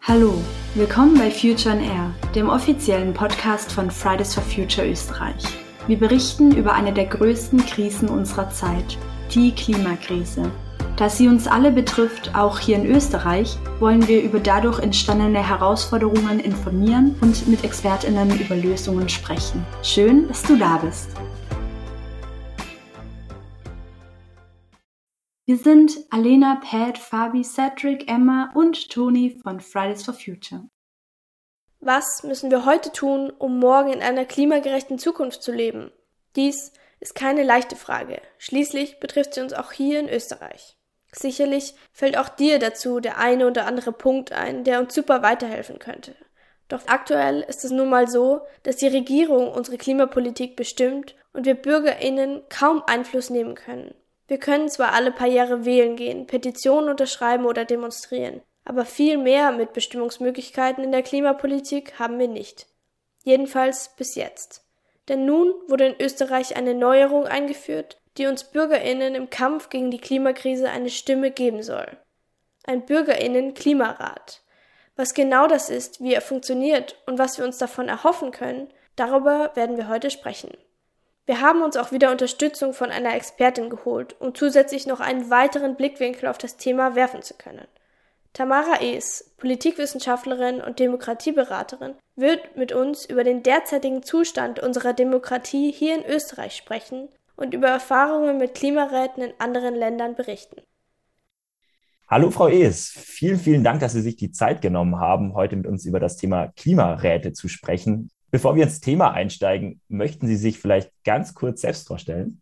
Hallo, willkommen bei Future on Air, dem offiziellen Podcast von Fridays for Future Österreich. Wir berichten über eine der größten Krisen unserer Zeit, die Klimakrise. Da sie uns alle betrifft, auch hier in Österreich, wollen wir über dadurch entstandene Herausforderungen informieren und mit ExpertInnen über Lösungen sprechen. Schön, dass du da bist. Wir sind Alena, Pat, Fabi, Cedric, Emma und Toni von Fridays for Future. Was müssen wir heute tun, um morgen in einer klimagerechten Zukunft zu leben? Dies ist keine leichte Frage. Schließlich betrifft sie uns auch hier in Österreich. Sicherlich fällt auch dir dazu der eine oder andere Punkt ein, der uns super weiterhelfen könnte. Doch aktuell ist es nun mal so, dass die Regierung unsere Klimapolitik bestimmt und wir BürgerInnen kaum Einfluss nehmen können. Wir können zwar alle paar Jahre wählen gehen, Petitionen unterschreiben oder demonstrieren, aber viel mehr Mitbestimmungsmöglichkeiten in der Klimapolitik haben wir nicht. Jedenfalls bis jetzt. Denn nun wurde in Österreich eine Neuerung eingeführt, die uns BürgerInnen im Kampf gegen die Klimakrise eine Stimme geben soll. Ein BürgerInnen-Klimarat. Was genau das ist, wie er funktioniert und was wir uns davon erhoffen können, darüber werden wir heute sprechen. Wir haben uns auch wieder Unterstützung von einer Expertin geholt, um zusätzlich noch einen weiteren Blickwinkel auf das Thema werfen zu können. Tamara Ees, Politikwissenschaftlerin und Demokratieberaterin, wird mit uns über den derzeitigen Zustand unserer Demokratie hier in Österreich sprechen und über Erfahrungen mit Klimaräten in anderen Ländern berichten. Hallo Frau Ees, vielen Dank, dass Sie sich die Zeit genommen haben, heute mit uns über das Thema Klimaräte zu sprechen. Bevor wir ins Thema einsteigen, möchten Sie sich vielleicht ganz kurz selbst vorstellen?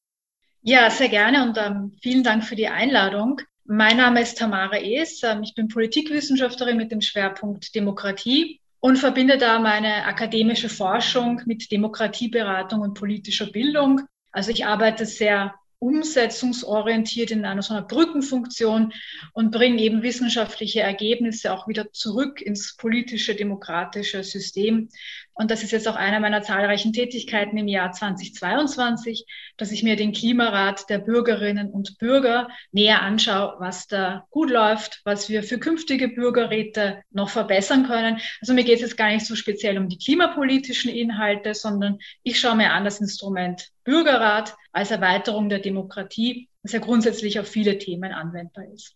Ja, sehr gerne und vielen Dank für die Einladung. Mein Name ist Tamara Ees, ich bin Politikwissenschaftlerin mit dem Schwerpunkt Demokratie und verbinde da meine akademische Forschung mit Demokratieberatung und politischer Bildung. Also ich arbeite sehr umsetzungsorientiert in einer so einer Brückenfunktion und bringe eben wissenschaftliche Ergebnisse auch wieder zurück ins politische, demokratische System. Und das ist jetzt auch eine meiner zahlreichen Tätigkeiten im Jahr 2022, dass ich mir den Klimarat der Bürgerinnen und Bürger näher anschaue, was da gut läuft, was wir für künftige Bürgerräte noch verbessern können. Also mir geht es jetzt gar nicht so speziell um die klimapolitischen Inhalte, sondern ich schaue mir an das Instrument Bürgerrat als Erweiterung der Demokratie, das ja grundsätzlich auf viele Themen anwendbar ist.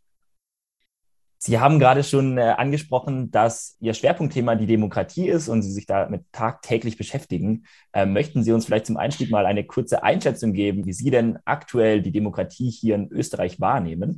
Sie haben gerade schon angesprochen, dass Ihr Schwerpunktthema die Demokratie ist und Sie sich damit tagtäglich beschäftigen. Möchten Sie uns vielleicht zum Einstieg mal eine kurze Einschätzung geben, wie Sie denn aktuell die Demokratie hier in Österreich wahrnehmen?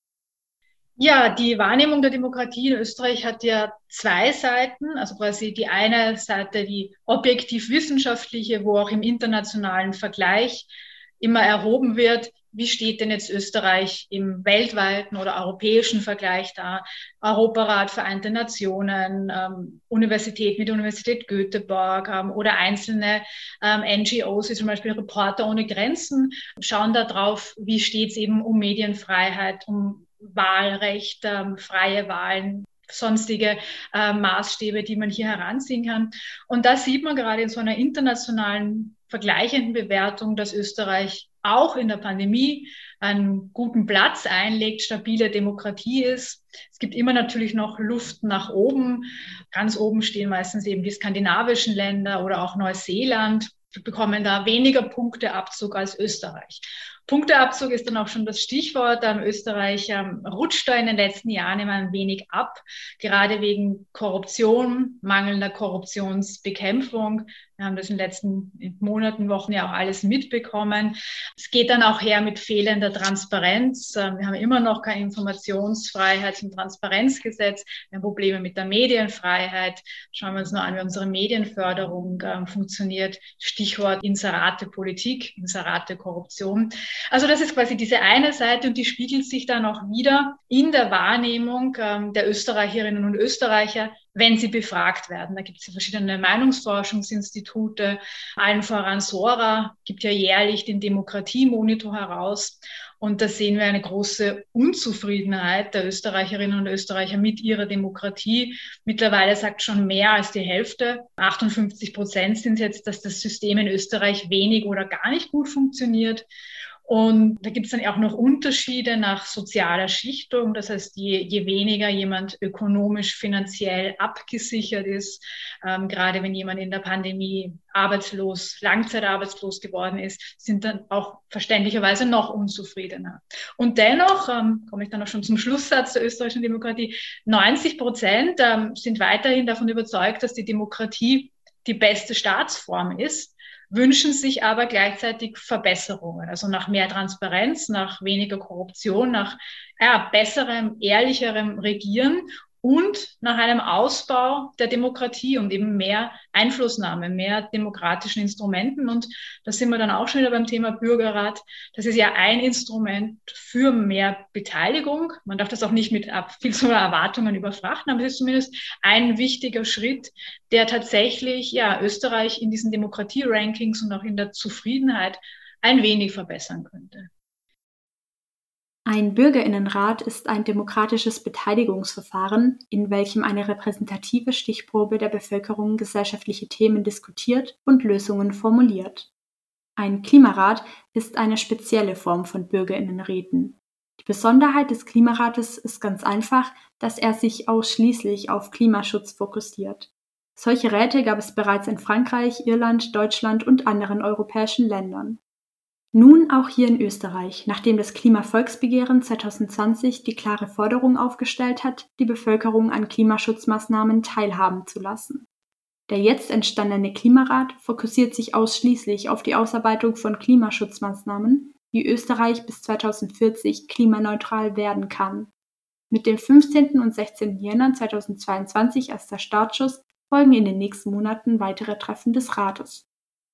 Ja, die Wahrnehmung der Demokratie in Österreich hat ja zwei Seiten. Also quasi die eine Seite, die objektiv wissenschaftliche, wo auch im internationalen Vergleich immer erhoben wird, wie steht denn jetzt Österreich im weltweiten oder europäischen Vergleich da? Europarat, Vereinte Nationen, Universität mit Universität Göteborg oder einzelne NGOs, wie zum Beispiel Reporter ohne Grenzen, schauen da drauf, wie steht es eben um Medienfreiheit, um Wahlrecht, freie Wahlen, sonstige Maßstäbe, die man hier heranziehen kann. Und da sieht man gerade in so einer internationalen vergleichenden Bewertung, dass Österreich auch in der Pandemie einen guten Platz einlegt, stabile Demokratie ist. Es gibt immer natürlich noch Luft nach oben. Ganz oben stehen meistens eben die skandinavischen Länder oder auch Neuseeland. Wir bekommen da weniger Punkteabzug als Österreich. Punkteabzug ist dann auch schon das Stichwort. Österreich rutscht da in den letzten Jahren immer ein wenig ab, gerade wegen Korruption, mangelnder Korruptionsbekämpfung. Wir haben das in den letzten Monaten, Wochen ja auch alles mitbekommen. Es geht dann auch her mit fehlender Transparenz. Wir haben immer noch keine Informationsfreiheit zum Transparenzgesetz. Wir haben Probleme mit der Medienfreiheit. Schauen wir uns nur an, wie unsere Medienförderung funktioniert. Stichwort Inserate-Politik, Inserate-Korruption. Also das ist quasi diese eine Seite und die spiegelt sich dann auch wieder in der Wahrnehmung der Österreicherinnen und Österreicher, wenn sie befragt werden. Da gibt es ja verschiedene Meinungsforschungsinstitute, allen voran SORA, gibt ja jährlich den Demokratiemonitor heraus. Und da sehen wir eine große Unzufriedenheit der Österreicherinnen und Österreicher mit ihrer Demokratie. Mittlerweile sagt schon mehr als die Hälfte, 58% sind jetzt, dass das System in Österreich wenig oder gar nicht gut funktioniert. Und da gibt es dann auch noch Unterschiede nach sozialer Schichtung. Das heißt, je weniger jemand ökonomisch, finanziell abgesichert ist, gerade wenn jemand in der Pandemie arbeitslos, langzeitarbeitslos geworden ist, sind dann auch verständlicherweise noch unzufriedener. Und dennoch, komme ich dann auch schon zum Schlusssatz der österreichischen Demokratie, 90% sind weiterhin davon überzeugt, dass die Demokratie die beste Staatsform ist, wünschen sich aber gleichzeitig Verbesserungen, also nach mehr Transparenz, nach weniger Korruption, nach besserem, ehrlicherem Regieren und nach einem Ausbau der Demokratie und eben mehr Einflussnahme, mehr demokratischen Instrumenten. Und da sind wir dann auch schon wieder beim Thema Bürgerrat. Das ist ja ein Instrument für mehr Beteiligung. Man darf das auch nicht mit viel zu Erwartungen überfrachten, aber es ist zumindest ein wichtiger Schritt, der tatsächlich Österreich in diesen Demokratie-Rankings und auch in der Zufriedenheit ein wenig verbessern könnte. Ein Bürgerinnenrat ist ein demokratisches Beteiligungsverfahren, in welchem eine repräsentative Stichprobe der Bevölkerung gesellschaftliche Themen diskutiert und Lösungen formuliert. Ein Klimarat ist eine spezielle Form von Bürgerinnenräten. Die Besonderheit des Klimarates ist ganz einfach, dass er sich ausschließlich auf Klimaschutz fokussiert. Solche Räte gab es bereits in Frankreich, Irland, Deutschland und anderen europäischen Ländern. Nun auch hier in Österreich, nachdem das Klimavolksbegehren 2020 die klare Forderung aufgestellt hat, die Bevölkerung an Klimaschutzmaßnahmen teilhaben zu lassen. Der jetzt entstandene Klimarat fokussiert sich ausschließlich auf die Ausarbeitung von Klimaschutzmaßnahmen, wie Österreich bis 2040 klimaneutral werden kann. Mit dem 15. und 16. Jänner 2022 als der Startschuss folgen in den nächsten Monaten weitere Treffen des Rates.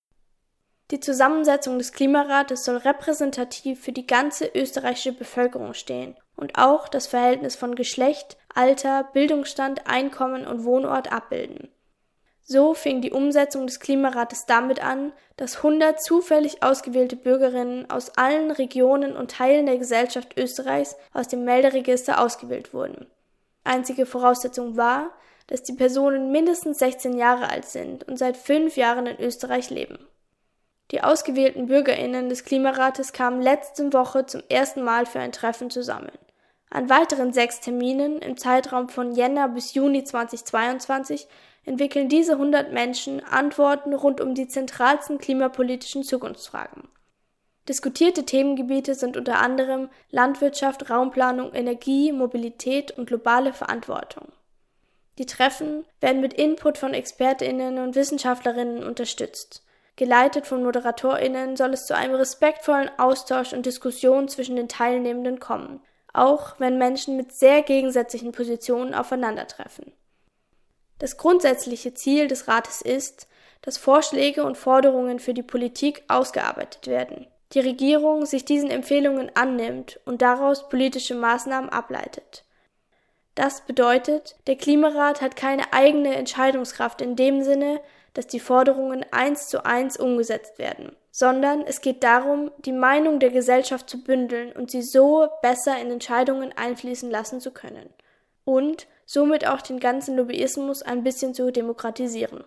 Die Zusammensetzung des Klimarates soll repräsentativ für die ganze österreichische Bevölkerung stehen und auch das Verhältnis von Geschlecht, Alter, Bildungsstand, Einkommen und Wohnort abbilden. So fing die Umsetzung des Klimarates damit an, dass 100 zufällig ausgewählte Bürgerinnen aus allen Regionen und Teilen der Gesellschaft Österreichs aus dem Melderegister ausgewählt wurden. Einzige Voraussetzung war, dass die Personen mindestens 16 Jahre alt sind und seit 5 Jahren in Österreich leben. Die ausgewählten BürgerInnen des Klimarates kamen letzte Woche zum ersten Mal für ein Treffen zusammen. An weiteren 6 Terminen im Zeitraum von Jänner bis Juni 2022 entwickeln diese 100 Menschen Antworten rund um die zentralsten klimapolitischen Zukunftsfragen. Diskutierte Themengebiete sind unter anderem Landwirtschaft, Raumplanung, Energie, Mobilität und globale Verantwortung. Die Treffen werden mit Input von ExpertInnen und WissenschaftlerInnen unterstützt. Geleitet von ModeratorInnen soll es zu einem respektvollen Austausch und Diskussion zwischen den Teilnehmenden kommen, auch wenn Menschen mit sehr gegensätzlichen Positionen aufeinandertreffen. Das grundsätzliche Ziel des Rates ist, dass Vorschläge und Forderungen für die Politik ausgearbeitet werden, die Regierung sich diesen Empfehlungen annimmt und daraus politische Maßnahmen ableitet. Das bedeutet, der Klimarat hat keine eigene Entscheidungskraft in dem Sinne, dass die Forderungen 1:1 umgesetzt werden, sondern es geht darum, die Meinung der Gesellschaft zu bündeln und sie so besser in Entscheidungen einfließen lassen zu können und somit auch den ganzen Lobbyismus ein bisschen zu demokratisieren.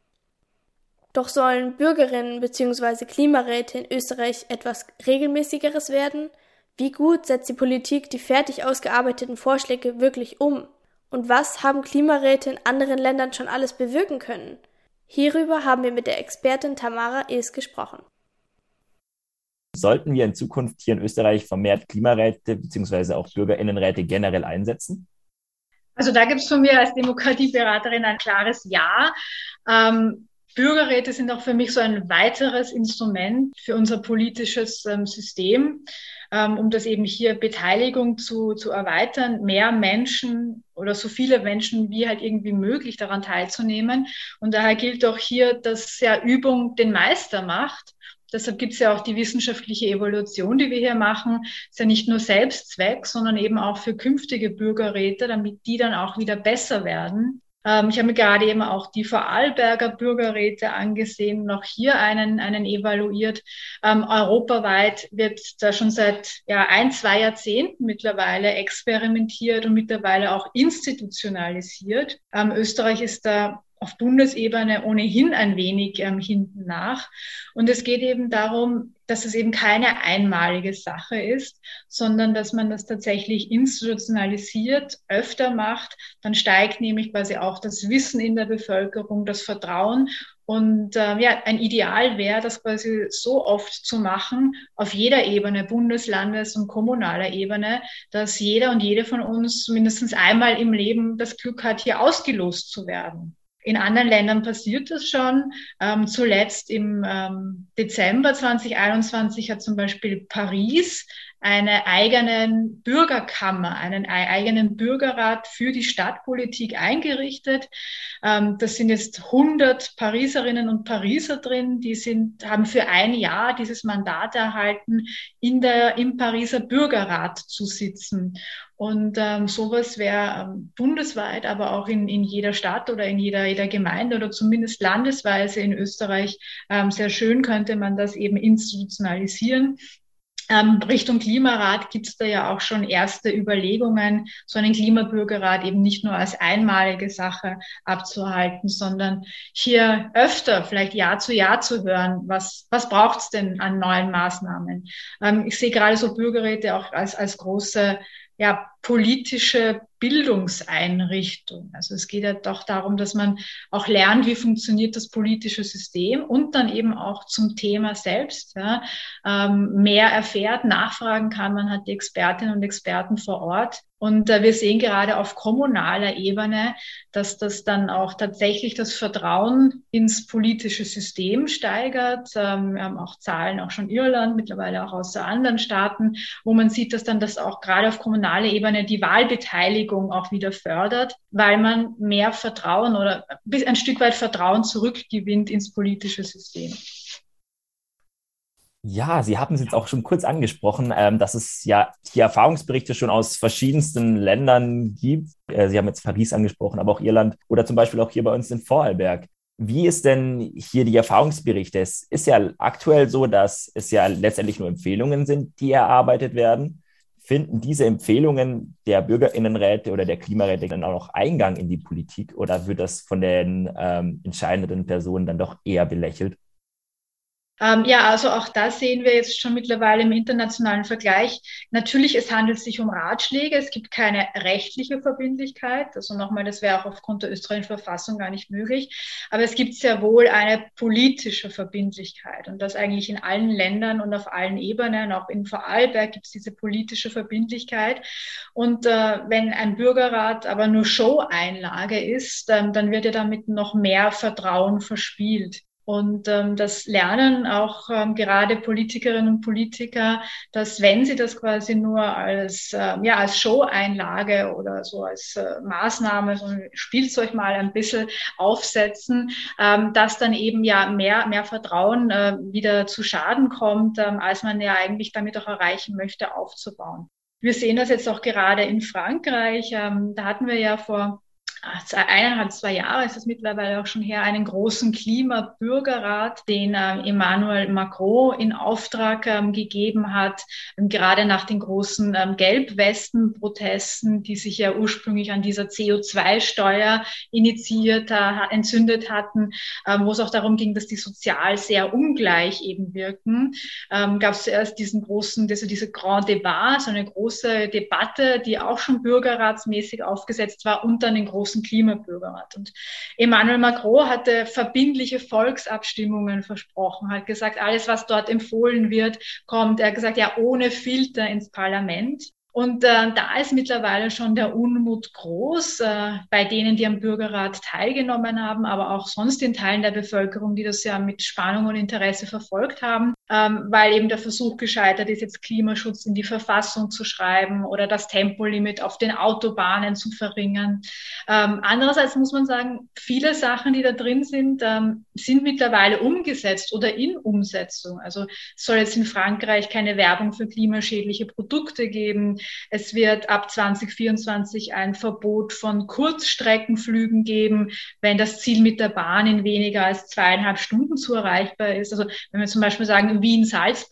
Doch sollen Bürgerinnen bzw. Klimaräte in Österreich etwas Regelmäßigeres werden? Wie gut setzt die Politik die fertig ausgearbeiteten Vorschläge wirklich um? Und was haben Klimaräte in anderen Ländern schon alles bewirken können? Hierüber haben wir mit der Expertin Tamara Ees gesprochen. Sollten wir in Zukunft hier in Österreich vermehrt Klimaräte bzw. auch BürgerInnenräte generell einsetzen? Also da gibt es von mir als Demokratieberaterin ein klares Ja. Bürgerräte sind auch für mich so ein weiteres Instrument für unser politisches System, um das eben hier Beteiligung zu erweitern, mehr Menschen oder so viele Menschen wie halt irgendwie möglich daran teilzunehmen. Und daher gilt auch hier, dass ja Übung den Meister macht. Deshalb gibt es ja auch die wissenschaftliche Evaluation, die wir hier machen. Ist ja nicht nur Selbstzweck, sondern eben auch für künftige Bürgerräte, damit die dann auch wieder besser werden. Ich habe mir gerade eben auch die Vorarlberger Bürgerräte angesehen, noch hier einen evaluiert. Europaweit wird da schon seit 1-2 Jahrzehnten mittlerweile experimentiert und mittlerweile auch institutionalisiert. Österreich ist da auf Bundesebene ohnehin ein wenig hinten nach. Und es geht eben darum, dass es eben keine einmalige Sache ist, sondern dass man das tatsächlich institutionalisiert, öfter macht. Dann steigt nämlich quasi auch das Wissen in der Bevölkerung, das Vertrauen. Und ein Ideal wäre, das quasi so oft zu machen, auf jeder Ebene, Bundes-, Landes- und kommunaler Ebene, dass jeder und jede von uns mindestens einmal im Leben das Glück hat, hier ausgelost zu werden. In anderen Ländern passiert das schon. Zuletzt im Dezember 2021 hat zum Beispiel Paris einen eigenen Bürgerkammer, einen eigenen Bürgerrat für die Stadtpolitik eingerichtet. Das sind jetzt 100 Pariserinnen und Pariser drin, haben für ein Jahr dieses Mandat erhalten, im Pariser Bürgerrat zu sitzen. Und sowas wäre bundesweit, aber auch in jeder Stadt oder in jeder Gemeinde oder zumindest landesweise in Österreich sehr schön, könnte man das eben institutionalisieren. Richtung Klimarat gibt es da ja auch schon erste Überlegungen, so einen Klimabürgerrat eben nicht nur als einmalige Sache abzuhalten, sondern hier öfter, vielleicht Jahr zu hören, was braucht es denn an neuen Maßnahmen. Ich sehe gerade so Bürgerräte auch als große politische Bildungseinrichtung. Also es geht ja doch darum, dass man auch lernt, wie funktioniert das politische System und dann eben auch zum Thema selbst mehr erfährt, nachfragen kann. Man hat die Expertinnen und Experten vor Ort. Und wir sehen gerade auf kommunaler Ebene, dass das dann auch tatsächlich das Vertrauen ins politische System steigert. Wir haben auch Zahlen, auch schon Irland, mittlerweile auch aus anderen Staaten, wo man sieht, dass dann das auch gerade auf kommunaler Ebene die Wahlbeteiligung auch wieder fördert, weil man mehr Vertrauen oder bis ein Stück weit Vertrauen zurückgewinnt ins politische System. Ja, Sie haben es jetzt auch schon kurz angesprochen, dass es ja hier Erfahrungsberichte schon aus verschiedensten Ländern gibt. Sie haben jetzt Paris angesprochen, aber auch Irland oder zum Beispiel auch hier bei uns in Vorarlberg. Wie ist denn hier die Erfahrungsberichte? Es ist ja aktuell so, dass es ja letztendlich nur Empfehlungen sind, die erarbeitet werden. Finden diese Empfehlungen der BürgerInnenräte oder der Klimaräte dann auch noch Eingang in die Politik oder wird das von den entscheidenden Personen dann doch eher belächelt? Also auch das sehen wir jetzt schon mittlerweile im internationalen Vergleich. Natürlich, es handelt sich um Ratschläge. Es gibt keine rechtliche Verbindlichkeit. Also nochmal, das wäre auch aufgrund der österreichischen Verfassung gar nicht möglich. Aber es gibt sehr wohl eine politische Verbindlichkeit. Und das eigentlich in allen Ländern und auf allen Ebenen. Auch in Vorarlberg gibt es diese politische Verbindlichkeit. Und wenn ein Bürgerrat aber nur Show-Einlage ist, dann wird ja damit noch mehr Vertrauen verspielt. Und das lernen auch gerade Politikerinnen und Politiker, dass wenn sie das quasi nur als Show-Einlage oder so als Maßnahme, so ein Spielzeug mal ein bisschen aufsetzen, dass dann eben mehr Vertrauen wieder zu Schaden kommt, als man ja eigentlich damit auch erreichen möchte, aufzubauen. Wir sehen das jetzt auch gerade in Frankreich. Da hatten wir ja vor 1,5, 2 Jahre ist es mittlerweile auch schon her, einen großen Klimabürgerrat, den Emmanuel Macron in Auftrag gegeben hat, gerade nach den großen Gelbwesten-Protesten, die sich ja ursprünglich an dieser CO2-Steuer entzündet hatten, wo es auch darum ging, dass die sozial sehr ungleich eben wirken, gab es zuerst diese Grand Débat, so eine große Debatte, die auch schon bürgerratsmäßig aufgesetzt war und dann den großen Klimabürgerrat. Und Emmanuel Macron hatte verbindliche Volksabstimmungen versprochen, hat gesagt, alles, was dort empfohlen wird, kommt, er hat gesagt, ja, ohne Filter ins Parlament. Und da ist mittlerweile schon der Unmut groß bei denen, die am Bürgerrat teilgenommen haben, aber auch sonst in Teilen der Bevölkerung, die das ja mit Spannung und Interesse verfolgt haben, weil eben der Versuch gescheitert ist, jetzt Klimaschutz in die Verfassung zu schreiben oder das Tempolimit auf den Autobahnen zu verringern. Andererseits muss man sagen, viele Sachen, die da drin sind, sind mittlerweile umgesetzt oder in Umsetzung. Also es soll jetzt in Frankreich keine Werbung für klimaschädliche Produkte geben. Es wird ab 2024 ein Verbot von Kurzstreckenflügen geben, wenn das Ziel mit der Bahn in weniger als 2,5 Stunden zu erreichbar ist. Also wenn wir zum Beispiel sagen, Wien-Salzburg,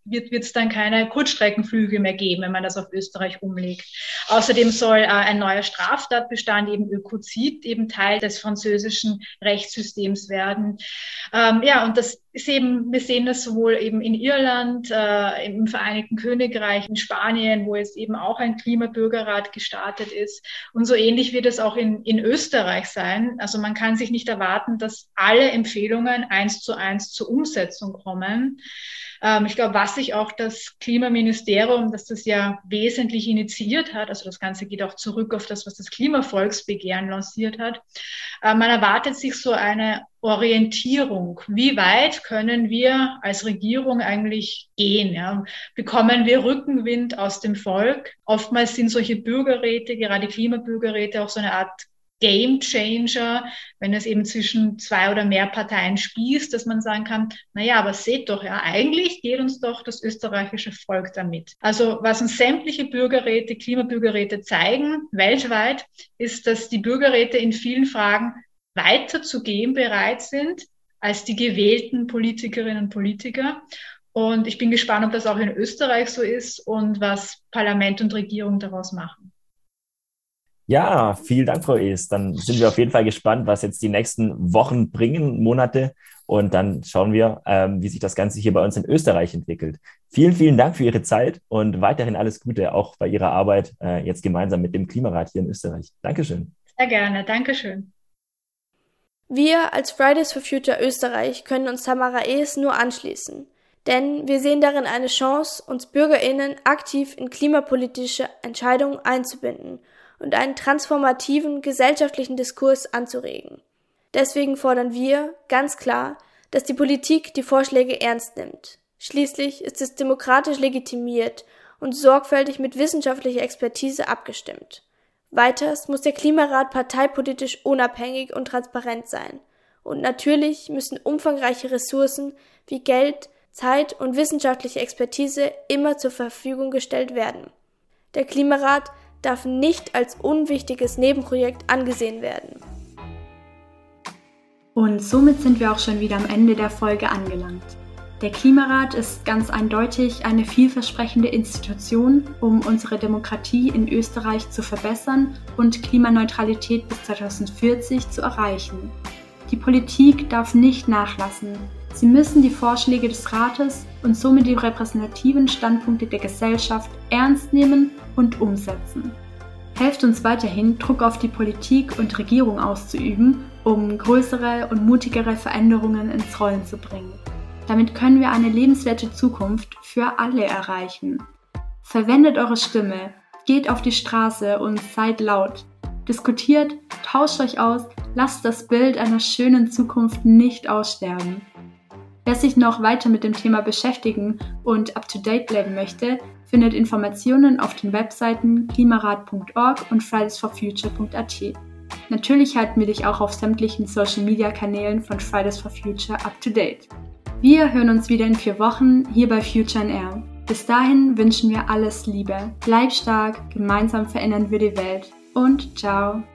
wird es dann keine Kurzstreckenflüge mehr geben, wenn man das auf Österreich umlegt. Außerdem soll ein neuer Straftatbestand, eben Ökozid, eben Teil des französischen Rechtssystems werden. Und das ist eben, wir sehen das sowohl eben in Irland, im Vereinigten Königreich, in Spanien, wo jetzt eben auch ein Klimabürgerrat gestartet ist. Und so ähnlich wird es auch in Österreich sein. Also man kann sich nicht erwarten, dass alle Empfehlungen 1:1 zur Umsetzung kommen. Ich glaube, was sich auch das Klimaministerium, das das ja wesentlich initiiert hat, also das Ganze geht auch zurück auf das, was das Klimavolksbegehren lanciert hat, man erwartet sich so eine Orientierung. Wie weit können wir als Regierung eigentlich gehen? Ja? Bekommen wir Rückenwind aus dem Volk? Oftmals sind solche Bürgerräte, gerade Klimabürgerräte, auch so eine Art Game Changer, wenn es eben zwischen 2 oder mehr Parteien spießt, dass man sagen kann, naja, aber seht doch, ja, eigentlich geht uns doch das österreichische Volk damit. Also was uns sämtliche Bürgerräte, Klimabürgerräte zeigen, weltweit, ist, dass die Bürgerräte in vielen Fragen weiter zu gehen bereit sind als die gewählten Politikerinnen und Politiker. Und ich bin gespannt, ob das auch in Österreich so ist und was Parlament und Regierung daraus machen. Ja, vielen Dank, Frau Ees. Dann sind wir auf jeden Fall gespannt, was jetzt die nächsten Wochen bringen, Monate. Und dann schauen wir, wie sich das Ganze hier bei uns in Österreich entwickelt. Vielen, vielen Dank für Ihre Zeit und weiterhin alles Gute, auch bei Ihrer Arbeit jetzt gemeinsam mit dem Klimarat hier in Österreich. Dankeschön. Sehr gerne, Dankeschön. Wir als Fridays for Future Österreich können uns Tamara Ees nur anschließen. Denn wir sehen darin eine Chance, uns BürgerInnen aktiv in klimapolitische Entscheidungen einzubinden und einen transformativen gesellschaftlichen Diskurs anzuregen. Deswegen fordern wir ganz klar, dass die Politik die Vorschläge ernst nimmt. Schließlich ist es demokratisch legitimiert und sorgfältig mit wissenschaftlicher Expertise abgestimmt. Weiters muss der Klimarat parteipolitisch unabhängig und transparent sein. Und natürlich müssen umfangreiche Ressourcen wie Geld, Zeit und wissenschaftliche Expertise immer zur Verfügung gestellt werden. Der Klimarat darf nicht als unwichtiges Nebenprojekt angesehen werden. Und somit sind wir auch schon wieder am Ende der Folge angelangt. Der Klimarat ist ganz eindeutig eine vielversprechende Institution, um unsere Demokratie in Österreich zu verbessern und Klimaneutralität bis 2040 zu erreichen. Die Politik darf nicht nachlassen. Sie müssen die Vorschläge des Rates und somit die repräsentativen Standpunkte der Gesellschaft ernst nehmen und umsetzen. Helft uns weiterhin, Druck auf die Politik und Regierung auszuüben, um größere und mutigere Veränderungen ins Rollen zu bringen. Damit können wir eine lebenswerte Zukunft für alle erreichen. Verwendet eure Stimme, geht auf die Straße und seid laut. Diskutiert, tauscht euch aus, lasst das Bild einer schönen Zukunft nicht aussterben. Wer sich noch weiter mit dem Thema beschäftigen und up-to-date bleiben möchte, findet Informationen auf den Webseiten klimarat.org und fridaysforfuture.at. Natürlich halten wir dich auch auf sämtlichen Social-Media-Kanälen von Fridays for Future up-to-date. Wir hören uns wieder in 4 Wochen hier bei Future on Air. Bis dahin wünschen wir alles Liebe. Bleib stark, gemeinsam verändern wir die Welt und ciao!